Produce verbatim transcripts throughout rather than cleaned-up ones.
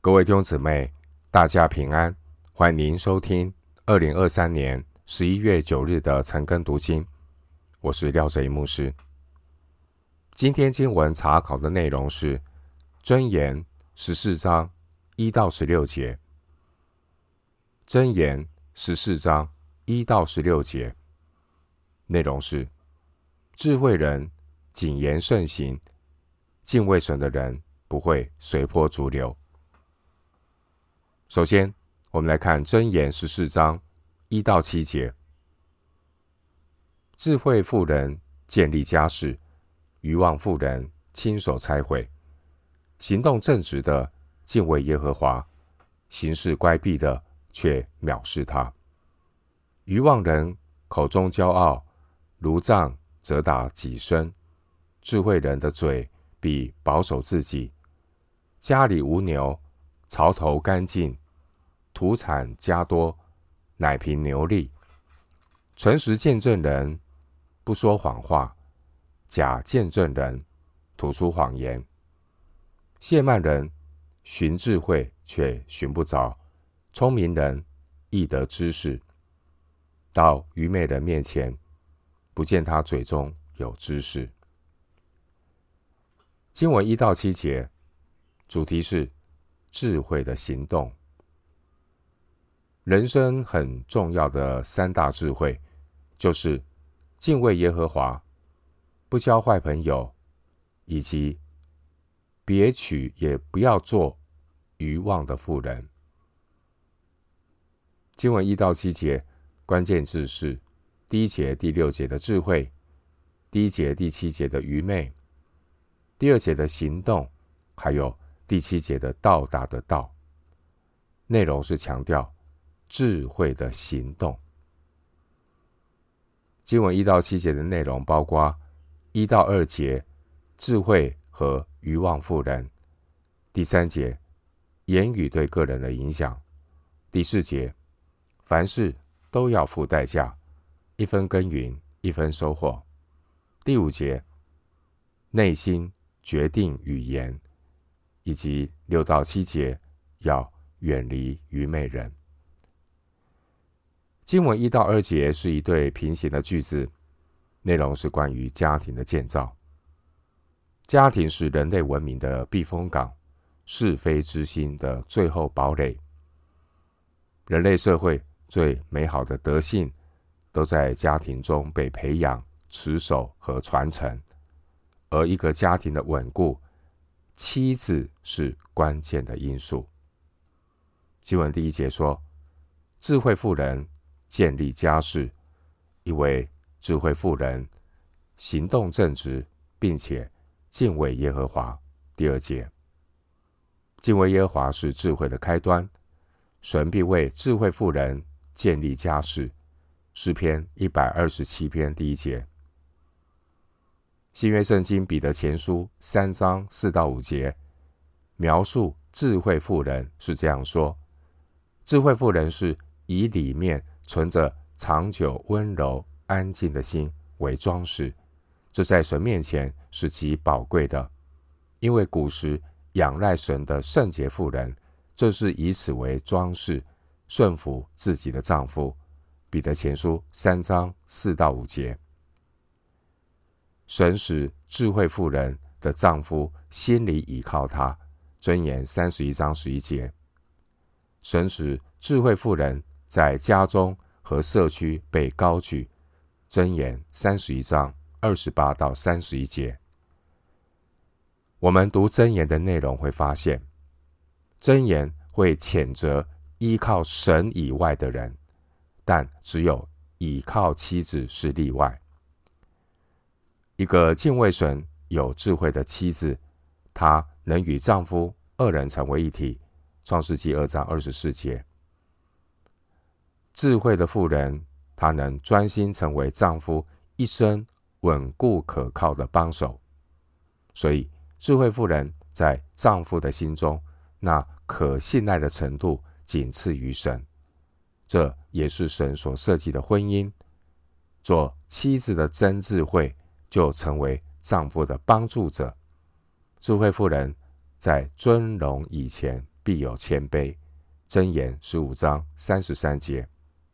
各位弟兄姊妹，大家平安，欢迎收听二零二三年十一月九日的晨更读经。我是廖哲一牧师。今天经文查考的内容是箴言十四章一到十六节。箴言十四章一到十六节，内容是：智慧人谨言慎行，敬畏神的人不会随波逐流。首先，我们来看箴言十四章一到七节。智慧妇人建立家室，愚妄妇人亲手拆毁。行动正直的敬畏耶和华，行事乖僻的却藐视他。愚妄人口中骄傲，如杖责打己身。智慧人的嘴必保守自己。家里无牛，槽头干净，土产加多，奶瓶牛力。诚实见证人不说谎话，假见证人吐出谎言。亵慢人寻智慧却寻不着，聪明人易得知识。到愚昧人面前，不见他嘴中有知识。经文一到七节，主题是智慧的行动。人生很重要的三大智慧，就是敬畏耶和华，不交坏朋友，以及别娶也不要做愚妄的妇人。经文一到七节，关键字是第一节、第六节的智慧，第一节、第七节的愚昧，第二节的行动，还有第七节的到达的道。内容是强调智慧的行动。经文一到七节的内容包括一到二节智慧和愚妄妇人，第三节言语对个人的影响，第四节凡事都要付代价，一分耕耘一分收获，第五节内心决定语言，以及六到七节要远离愚昧人。经文一到二节是一对平行的句子，内容是关于家庭的建造。家庭是人类文明的避风港，是非之心的最后堡垒。人类社会最美好的德性都在家庭中被培养、持守和传承，而一个家庭的稳固，妻子是关键的因素。经文第一节说，智慧妇人建立家室，因为智慧妇人行动正直，并且敬畏耶和华。第二节，敬畏耶和华是智慧的开端，神必为智慧妇人建立家室。诗篇一百二十七篇第一节。新约圣经彼得前书三章四到五节描述智慧妇人是这样说：智慧妇人是以里面存着长久温柔安静的心为装饰，这在神面前是极宝贵的。因为古时仰赖神的圣洁妇人，这是以此为装饰，顺服自己的丈夫。彼得前书三章四到五节。神使智慧妇人的丈夫心里倚靠她，箴言三十一章十一节。神使智慧妇人在家中和社区被高举，箴言三十一章二十八到三十一节。我们读箴言的内容会发现，箴言会谴责依靠神以外的人，但只有倚靠妻子是例外。一个敬畏神、有智慧的妻子，她能与丈夫二人成为一体。创世纪二章二十四节。智慧的妇人，她能专心成为丈夫一生稳固可靠的帮手。所以，智慧妇人在丈夫的心中，那可信赖的程度仅次于神。这也是神所设计的婚姻。做妻子的真智慧，就成为丈夫的帮助者。智慧妇人在尊荣以前必有谦卑。箴言十五章三十三节。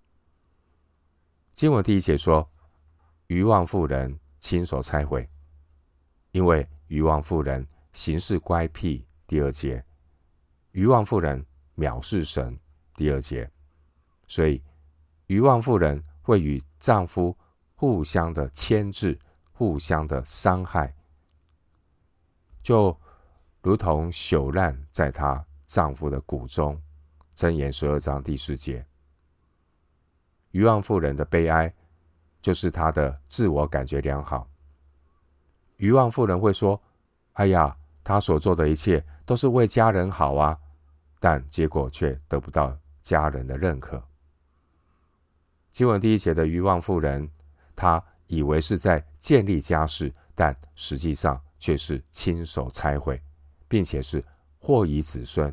经文第一节说，愚妄妇人亲手拆毁，因为愚妄妇人行事乖僻。第二节，愚妄妇人藐视神。第二节，所以愚妄妇人会与丈夫互相的牵制，互相的伤害，就如同朽烂在她丈夫的骨中。箴言十二章第四节。愚妄妇人的悲哀就是她的自我感觉良好。愚妄妇人会说，哎呀，她所做的一切都是为家人好啊，但结果却得不到家人的认可。经文第一节的愚妄妇人，她以为是在建立家室，但实际上却是亲手拆毁，并且是祸遗子孙。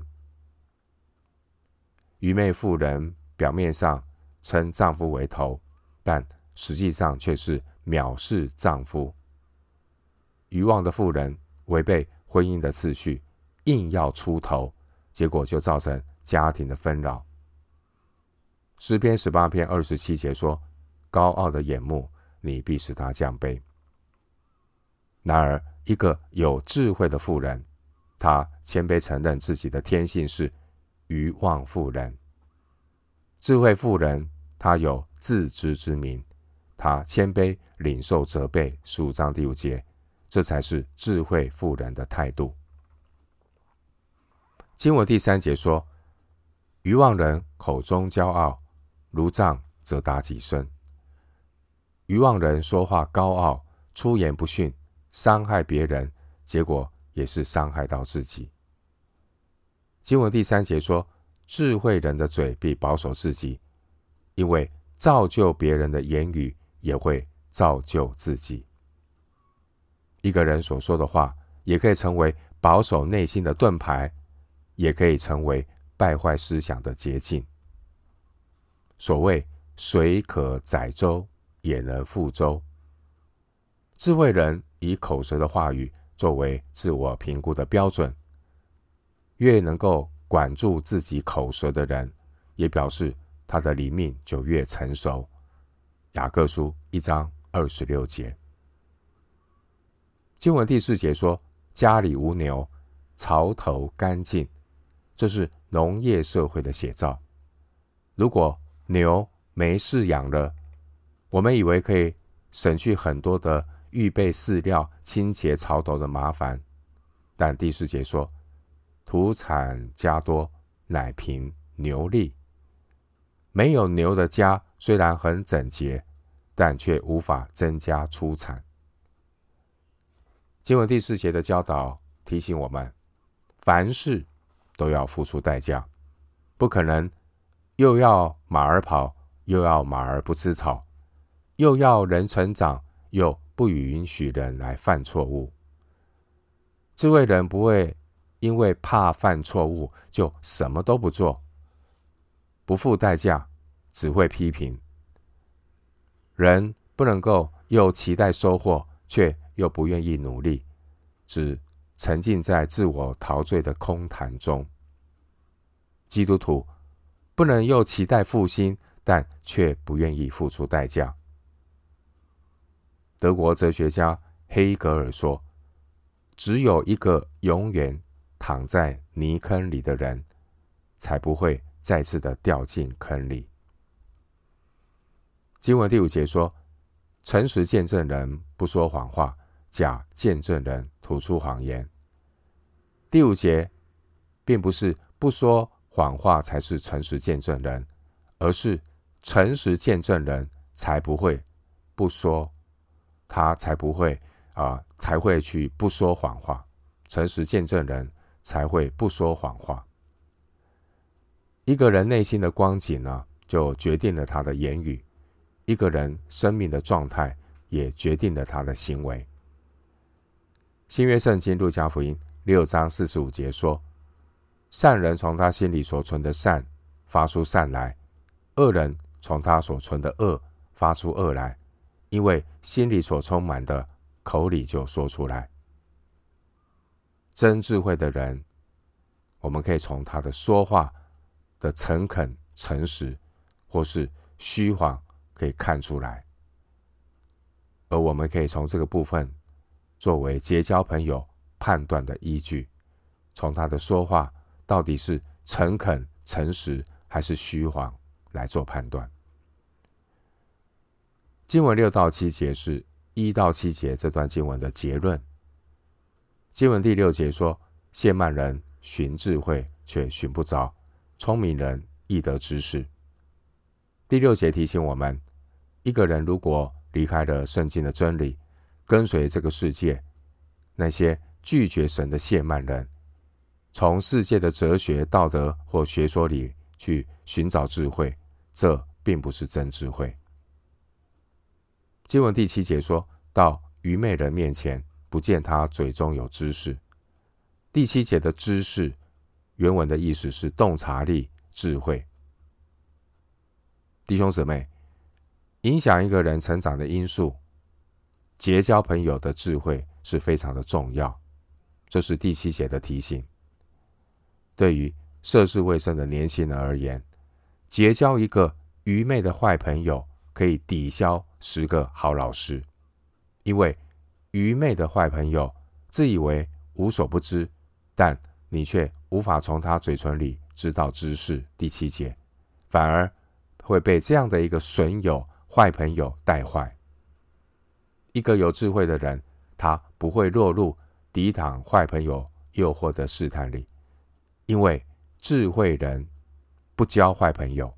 愚昧妇人表面上称丈夫为头，但实际上却是藐视丈夫。愚妄的妇人违背婚姻的次序，硬要出头，结果就造成家庭的纷扰。诗篇十八篇二十七节说，高傲的眼目，你必使他降卑。然而一个有智慧的妇人，她谦卑承认自己的天性是愚妄妇人。智慧妇人，她有自知之明，她谦卑领受责备。十五章第五节，这才是智慧妇人的态度。经文第三节说，愚妄人口中骄傲，如杖则打己身。愚妄人说话高傲，出言不逊，伤害别人，结果也是伤害到自己。经文第三节说，智慧人的嘴必保守自己，因为造就别人的言语也会造就自己。一个人所说的话，也可以成为保守内心的盾牌，也可以成为败坏思想的捷径。所谓水可载舟，也能覆舟。智慧人以口舌的话语作为自我评估的标准，越能够管住自己口舌的人，也表示他的灵命就越成熟。雅各书一章二十六节。经文第四节说，家里无牛，槽头干净，这是农业社会的写照。如果牛没饲养了，我们以为可以省去很多的预备饲料、清洁槽头的麻烦，但第四节说，土产加多，乃凭牛力。没有牛的家虽然很整洁，但却无法增加出产。经文第四节的教导提醒我们，凡事都要付出代价，不可能又要马儿跑，又要马儿不吃草，又要人成长，又不允许人来犯错误。智慧人不会因为怕犯错误就什么都不做，不付代价，只会批评。人不能够又期待收获，却又不愿意努力，只沉浸在自我陶醉的空谈中。基督徒不能又期待复兴，但却不愿意付出代价。德国哲学家黑格尔说，只有一个永远躺在泥坑里的人，才不会再次的掉进坑里。经文第五节说，诚实见证人不说谎话，假见证人吐出谎言。第五节并不是不说谎话才是诚实见证人，而是诚实见证人才不会不说，他才不会啊、呃，才会去不说谎话。诚实见证人才会不说谎话。一个人内心的光景呢，就决定了他的言语；一个人生命的状态，也决定了他的行为。新约圣经路加福音六章四十五节说，善人从他心里所存的善发出善来，恶人从他所存的恶发出恶来，因为心里所充满的，口里就说出来。真智慧的人， 我们可以从他的说话的诚恳、诚实，或是虚谎，可以看出来。而我们可以从这个部分作为结交朋友判断的依据，从他的说话到底是诚恳、诚实还是虚谎来做判断。经文六到七节是一到七节这段经文的结论。经文第六节说，谢曼人寻智慧却寻不着，聪明人易得知识。第六节提醒我们，一个人如果离开了圣经的真理，跟随这个世界，那些拒绝神的谢曼人，从世界的哲学、道德或学说里去寻找智慧，这并不是真智慧。经文第七节说，到愚昧人面前，不见他嘴中有知识。第七节的知识，原文的意思是洞察力、智慧。弟兄姊妹，影响一个人成长的因素，结交朋友的智慧是非常的重要，这是第七节的提醒。对于涉世未深的年轻人而言，结交一个愚昧的坏朋友，可以抵消十个好老师。因为愚昧的坏朋友自以为无所不知，但你却无法从他嘴唇里知道知识。第七节，反而会被这样的一个损友、坏朋友带坏。一个有智慧的人，他不会落入抵挡坏朋友诱惑的试探里，因为智慧人不交坏朋友。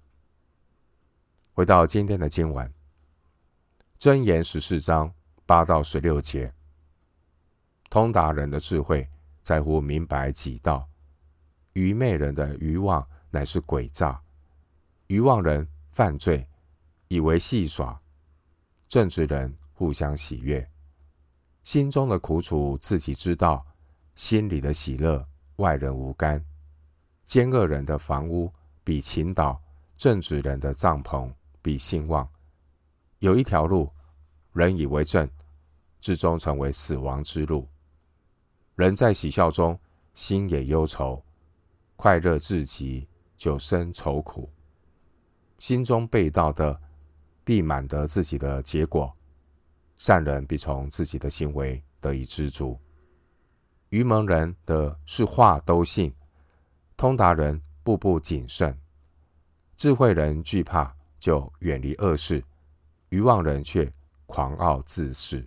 回到今天的经文，箴言十四章八到十六节，通达人的智慧在乎明白己道，愚昧人的愚妄乃是诡诈。愚妄人犯罪，以为戏耍；正直人互相喜悦。心中的苦楚自己知道，心里的喜乐外人无干。奸恶人的房屋比倾倒，正直人的帐篷比兴旺。有一条路，人以为正，至终成为死亡之路。人在喜笑中，心也忧愁；快乐至极，就生愁苦。心中背道的，必满得自己的结果；善人必从自己的行为得以知足。愚蒙人的是话都信，通达人步步谨慎。智慧人惧怕，就远离恶事；愚妄人却狂傲自恃。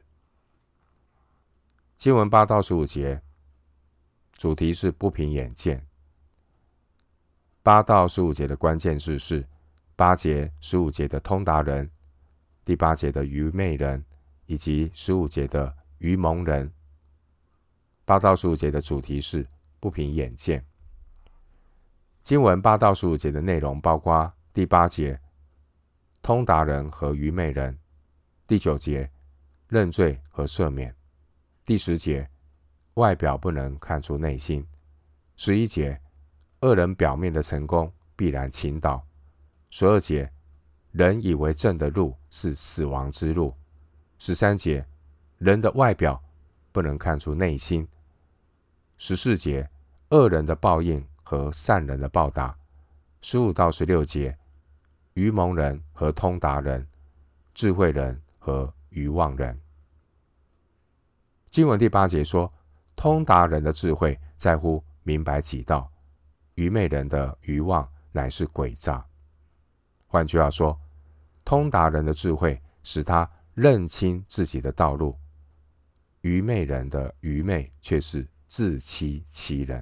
经文八到十五节，主题是不凭眼见。八到十五节的关键字是八节、十五节的通达人，第八节的愚昧人，以及十五节的愚蒙人。八到十五节的主题是不凭眼见。经文八到十五节的内容包括第八节通达人和愚昧人，第九节认罪和赦免，第十节外表不能看出内心，十一节恶人表面的成功必然倾倒，十二节人以为正的路是死亡之路，十三节人的外表不能看出内心，十四节恶人的报应和善人的报答，十五到十六节愚蒙人和通达人，智慧人和愚妄人。经文第八节说，通达人的智慧在乎明白己道，愚昧人的愚妄乃是诡诈。换句话说，通达人的智慧使他认清自己的道路，愚昧人的愚昧却是自欺欺人。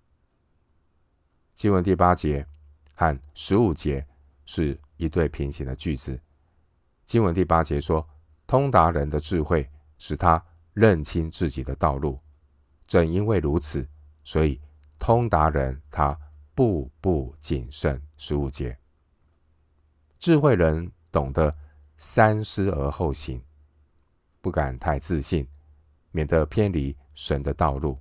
经文第八节和十五节是一对平行的句子。经文第八节说，通达人的智慧使他认清自己的道路，正因为如此，所以通达人他步步谨慎。十五节，智慧人懂得三思而后行，不敢太自信，免得偏离神的道路。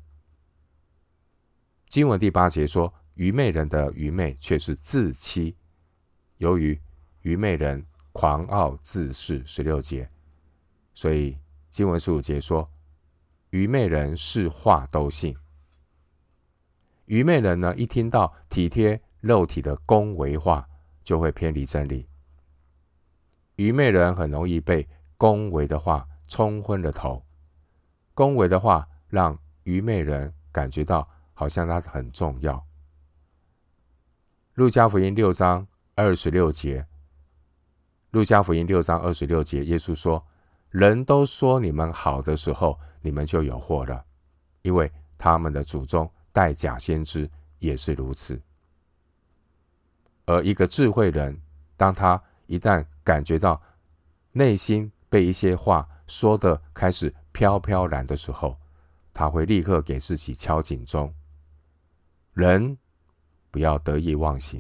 经文第八节说，愚昧人的愚昧却是自欺，由于愚昧人狂傲自恃。十六节，所以经文十五节说，愚昧人是话都信。 愚昧人呢，一听到体贴肉体的恭维话，就会偏离真理。愚昧人很容易被恭维的话冲昏了头，恭维的话让愚昧人感觉到好像他很重要。路加福音六章二十六节，路加福音六章二十六节，耶稣说：人都说你们好的时候，你们就有祸了，因为他们的祖宗待假先知也是如此。而一个智慧人，当他一旦感觉到内心被一些话说得开始飘飘然的时候，他会立刻给自己敲警钟，人不要得意忘形。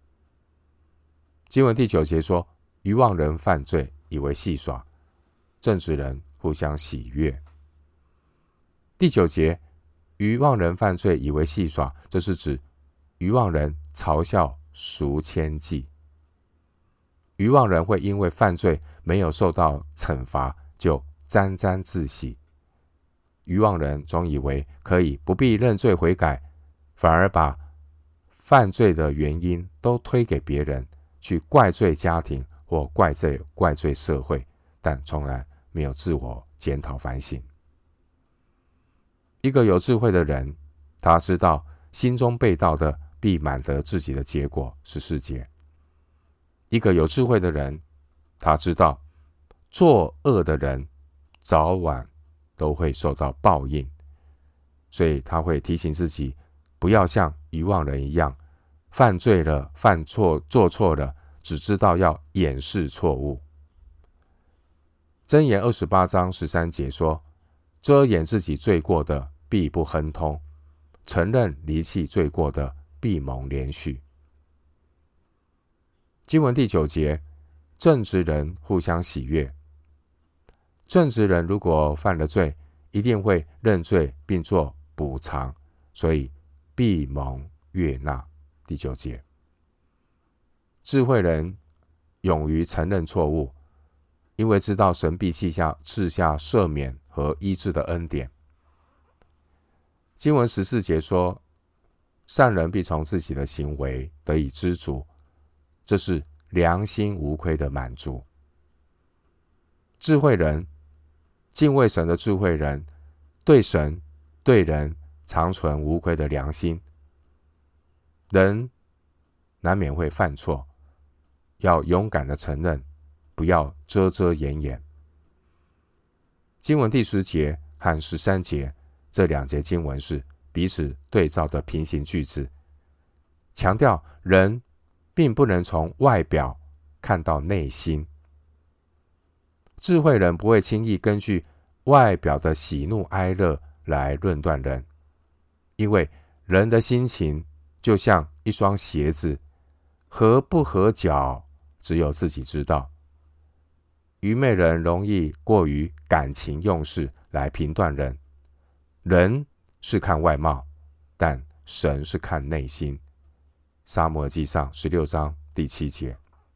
经文第九节说：愚妄人犯罪，以为戏耍；正直人互相喜悦。第九节，愚妄人犯罪，以为戏耍，这是指愚妄人嘲笑赎愆祭。愚妄人会因为犯罪没有受到惩罚，就沾沾自喜。愚妄人总以为可以不必认罪悔改，反而把犯罪的原因都推给别人，去怪罪家庭或怪罪怪罪社会，但从来没有自我检讨反省。一个有智慧的人，他知道心中被盗的必满得自己的结果，十四节。一个有智慧的人，他知道作恶的人早晚都会受到报应，所以他会提醒自己，不要像愚妄人一样，犯罪了、犯错、做错了，只知道要掩饰错误。箴言二十八章十三节说：遮掩自己罪过的必不亨通，承认离弃罪过的必蒙怜恤。经文第九节，正直人互相喜悦。正直人如果犯了罪，一定会认罪并做补偿，所以必蒙悦纳。第九节，智慧人勇于承认错误，因为知道神必赐下赐下赦免和医治的恩典。经文十四节说：善人必从自己的行为得以知足，这是良心无亏的满足。智慧人，敬畏神的智慧人，对神对人常存无亏的良心。人难免会犯错，要勇敢的承认，不要遮遮掩掩。经文第十节和十三节这两节经文是彼此对照的平行句子，强调人并不能从外表看到内心。智慧人不会轻易根据外表的喜怒哀乐来论断人，因为人的心情就像一双鞋子，合不合脚，只有自己知道。愚昧人容易过于感情用事来评断人，人是看外貌，但神是看内心。撒母耳记上十六章第七节。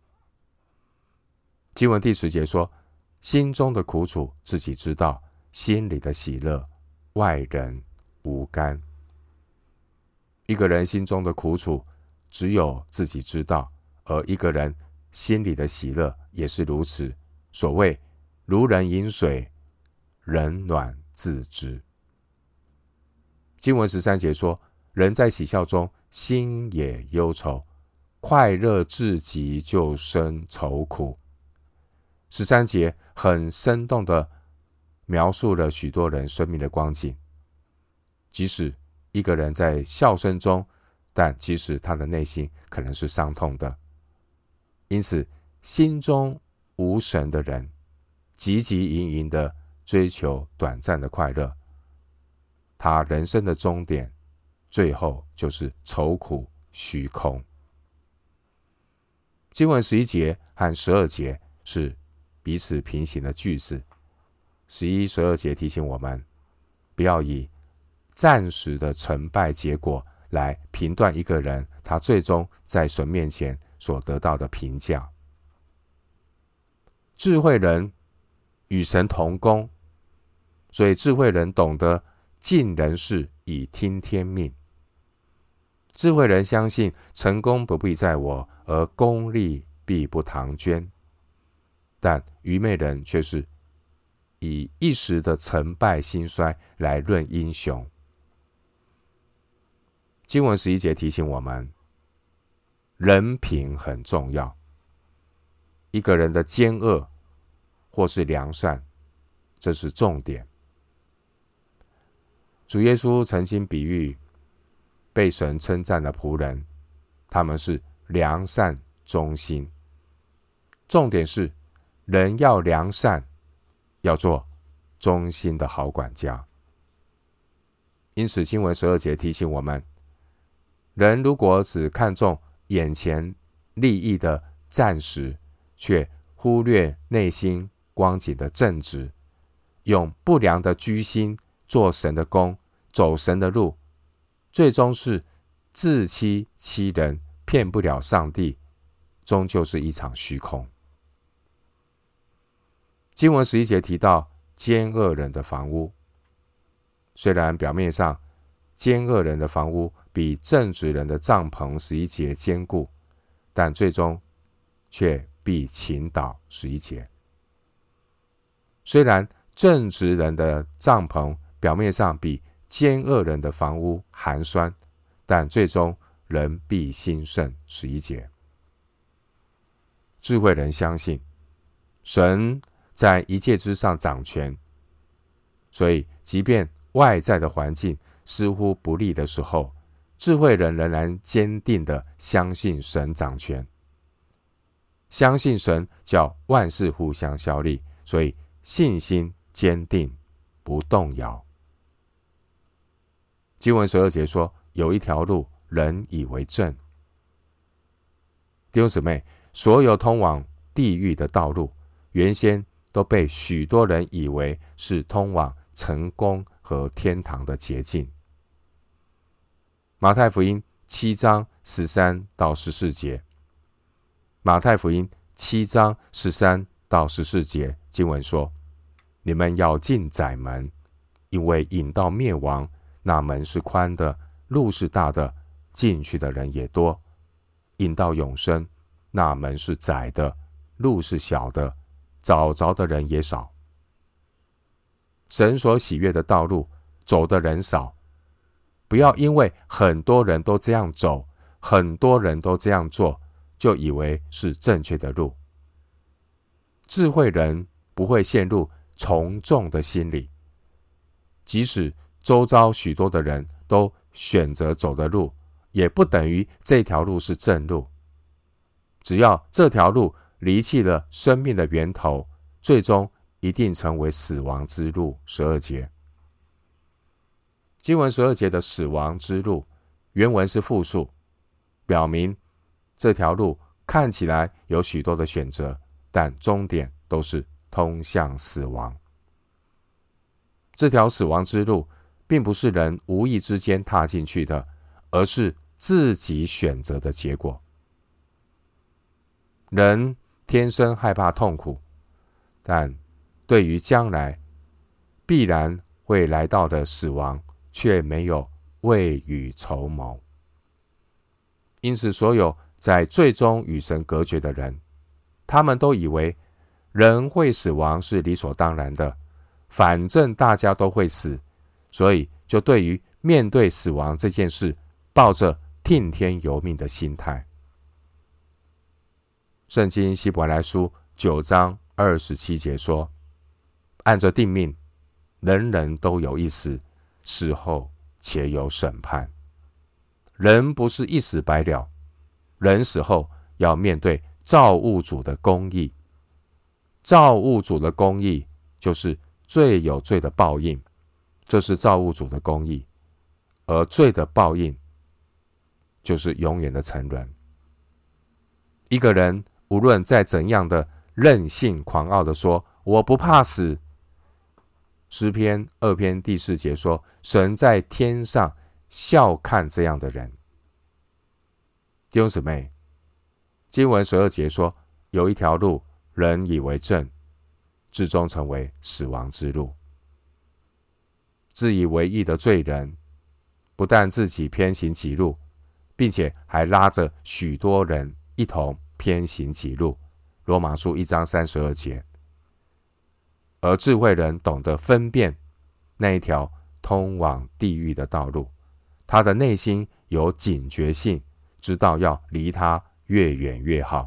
经文第十节说：心中的苦楚自己知道，心里的喜乐外人无干。一个人心中的苦楚只有自己知道，而一个人心里的喜乐也是如此。所谓如人饮水，冷暖自知。经文十三节说：人在喜笑中心也忧愁，快乐至极就生愁苦。十三节很生动地描述了许多人生命的光景。即使一个人在笑声中，但其实他的内心可能是伤痛的。因此，心中无神的人，汲汲营营地追求短暂的快乐，他人生的终点，最后就是愁苦虚空。经文十一节和十二节是彼此平行的句子。十一、十二节提醒我们，不要以暂时的成败结果来评断一个人他最终在神面前所得到的评价。智慧人与神同工，所以智慧人懂得尽人事以听天命。 智慧人相信成功不必在我，而功利必不唐捐。但愚昧人却是以一时的成败兴衰来论英雄。经文十一节提醒我们，人品很重要。一个人的奸恶或是良善，这是重点。主耶稣曾经比喻被神称赞的仆人，他们是良善忠心。重点是人要良善，要做忠心的好管家。因此经文十二节提醒我们，人如果只看重眼前利益的暂时，却忽略内心光景的正直，用不良的居心做神的工，走神的路，最终是自欺欺人，骗不了上帝，终究是一场虚空。经文十一节提到奸恶人的房屋，虽然表面上奸恶人的房屋比正直人的帐篷十一节坚固，但最终却必倾倒十一节。虽然正直人的帐篷表面上比奸恶人的房屋寒酸，但最终人必兴盛十一节。智慧人相信神在一切之上掌权，所以即便外在的环境似乎不利的时候，智慧人仍然坚定地相信神掌权，相信神叫万事互相效力，所以信心坚定，不动摇。经文十二节说，有一条路，人以为正。弟兄姊妹，所有通往地狱的道路，原先都被许多人以为是通往成功和天堂的捷径。马太福音七章十三到十四节，马太福音七章十三到十四节经文说：你们要进窄门，因为引到灭亡，那门是宽的，路是大的，进去的人也多；引到永生，那门是窄的，路是小的，找着的人也少。神所喜悦的道路，走的人少。不要因为很多人都这样走，很多人都这样做，就以为是正确的路。智慧人不会陷入从众的心理，即使周遭许多的人都选择走的路，也不等于这条路是正路。只要这条路离弃了生命的源头，最终一定成为死亡之路。十二节经文十二节的死亡之路，原文是复数，表明这条路看起来有许多的选择，但终点都是通向死亡。这条死亡之路并不是人无意之间踏进去的，而是自己选择的结果。人天生害怕痛苦，但对于将来必然会来到的死亡，却没有未雨绸缪。因此，所有在最终与神隔绝的人，他们都以为人会死亡是理所当然的，反正大家都会死，所以就对于面对死亡这件事，抱着听天由命的心态。圣经希伯来书九章二十七节说：按着定命，人人都有一死，死后且有审判。人不是一死百了，人死后要面对造物主的公义。造物主的公义就是罪有罪的报应，这是造物主的公义。而罪的报应就是永远的沉沦。一个人无论再怎样的任性狂傲的说我不怕死，诗篇二篇第四节说，神在天上笑看这样的人。弟兄姊妹，经文十二节说，有一条路，人以为正，至终成为死亡之路。自以为义的罪人，不但自己偏行己路， 并且还拉着许多人一同偏行己路。罗马书一章三十二节。而智慧人懂得分辨那一条通往地狱的道路，他的内心有警觉性，知道要离他越远越好。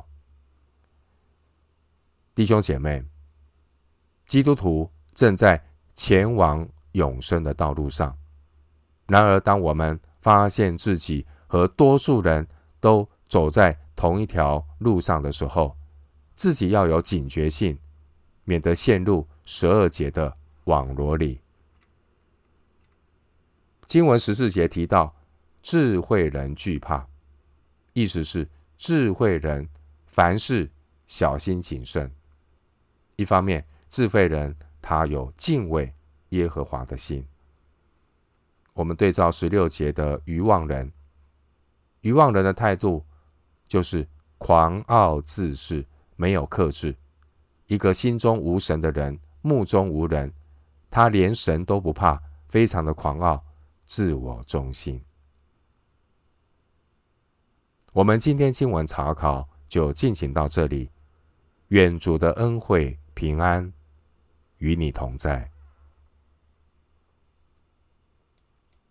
弟兄姐妹，基督徒正在前往永生的道路上。然而，当我们发现自己和多数人都走在同一条路上的时候，自己要有警觉性，免得陷入十二节的网罗里。经文十四节提到智慧人惧怕，意思是智慧人凡事小心谨慎。一方面，智慧人他有敬畏耶和华的心。我们对照十六节的愚妄人，愚妄人的态度就是狂傲自恃，没有克制。一个心中无神的人，目中无人，他连神都不怕，非常的狂傲，自我中心。我们今天经文查考就进行到这里，愿主的恩惠平安与你同在。